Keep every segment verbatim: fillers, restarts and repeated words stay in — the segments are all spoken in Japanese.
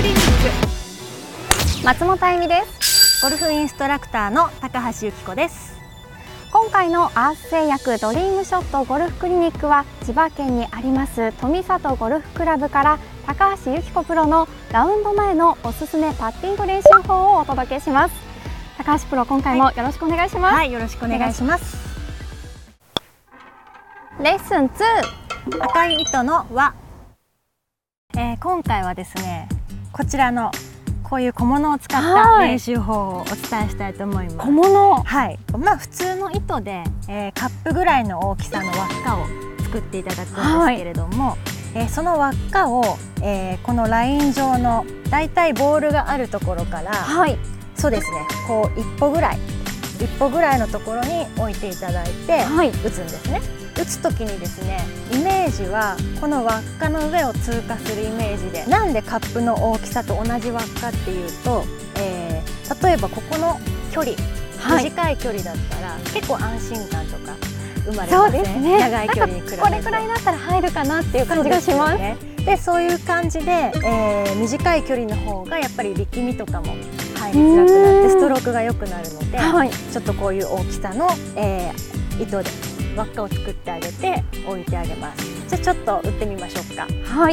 クリニック。松本あゆみです。ゴルフインストラクターの高橋由紀子です。今回のアース製薬ドリームショットゴルフクリニックは千葉県にあります富里ゴルフクラブから高橋由紀子プロのラウンド前のおすすめパッティング練習法をお届けします。高橋プロ、今回もよろしくお願いします。 はい、よろしくお願いします。 レッスンツー、赤い糸の輪。えー、今回はですね、こちらのこういう小物を使った練習法をお伝えしたいと思います。 小物、 はい、まあ普通の糸で、えー、カップぐらいの大きさの輪っかを作っていただくんですけれども、はい、えー、その輪っかを、えー、このライン上のだいたいボールがあるところから、はい、そうですね、こう一歩ぐらい一歩ぐらいのところに置いていただいて、はい、打つんですね。打つ時にですね、イメージはこの輪っかの上を通過するイメージで、なんでカップの大きさと同じ輪っかっていうと、えー、例えばここの距離、はい、短い距離だったら結構安心感とか生まれますね。そうですね、長い距離に比べてこれくらいだったら入るかなっていう感じがします。で、ね、そういう感じで、えー、短い距離の方がやっぱり力みとかも入りづらくなってストロークが良くなるので、はい、ちょっとこういう大きさの、えー、糸で輪っかを作ってあげて置いてあげます。じゃあちょっと打ってみましょうか。はい。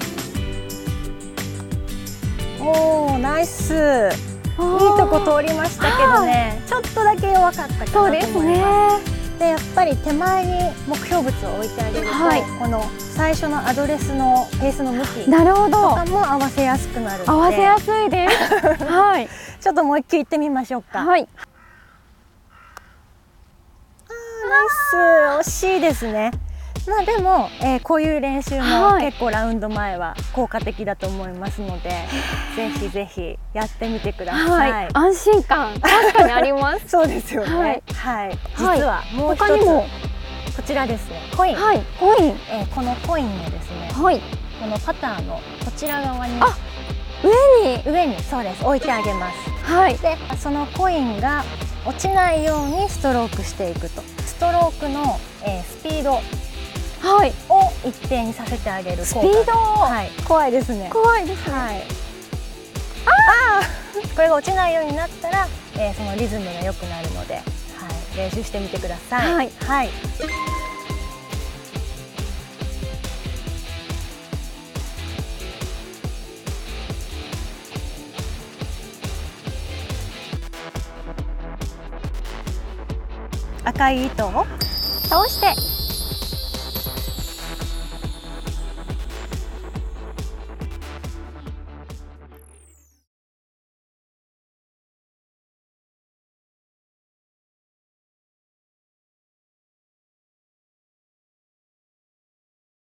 おー、ナイス。いいとこ通りましたけどね、ちょっとだけ弱かったかなと思います。そうですね。で、やっぱり手前に目標物を置いてあげると、はい、この最初のアドレスのペースの向きとかも合わせやすくなるので、合わせやすいです。はい。ちょっともう一球行ってみましょうか。はい。ナイス、惜しいですね。まあでも、えー、こういう練習も結構ラウンド前は効果的だと思いますので、はい、ぜひぜひやってみてください。はい、安心感確かにあります。そうですよね。はい、はい、実はもう一つ、こちらですね、コイン。はい、コイン。えー、このコインをですね、はい、このパターのこちら側に、あ、上に上にそうです、置いてあげます。はい。で、そのコインが落ちないようにストロークしていくと、ストロークの、えー、スピード、はい、を一定にさせてあげる。スピード、はい、怖いですね。怖いですね。はい。ああ、これが落ちないようになったら、えー、そのリズムが良くなるので、はい、練習してみてください。はい。はい。赤い糸を倒して